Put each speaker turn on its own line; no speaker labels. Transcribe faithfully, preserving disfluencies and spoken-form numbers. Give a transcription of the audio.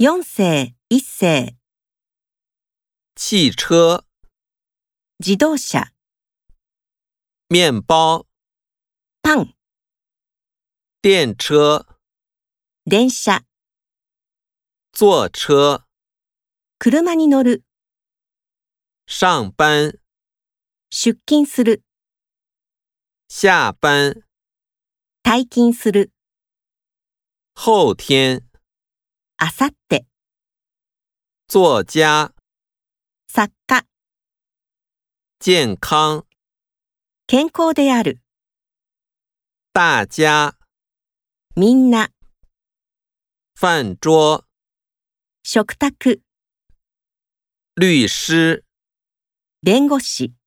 四世、一世、
汽车、
自動車、
面包、
パン、
電車、
電車、
坐車、
車に乗る、
上班、
出勤する、
下班、
退勤する、
後天、
あさって、
作家、
作家、
健康、
健康である、
大家、
みんな、
飯桌、
食卓、
律師、
弁護士。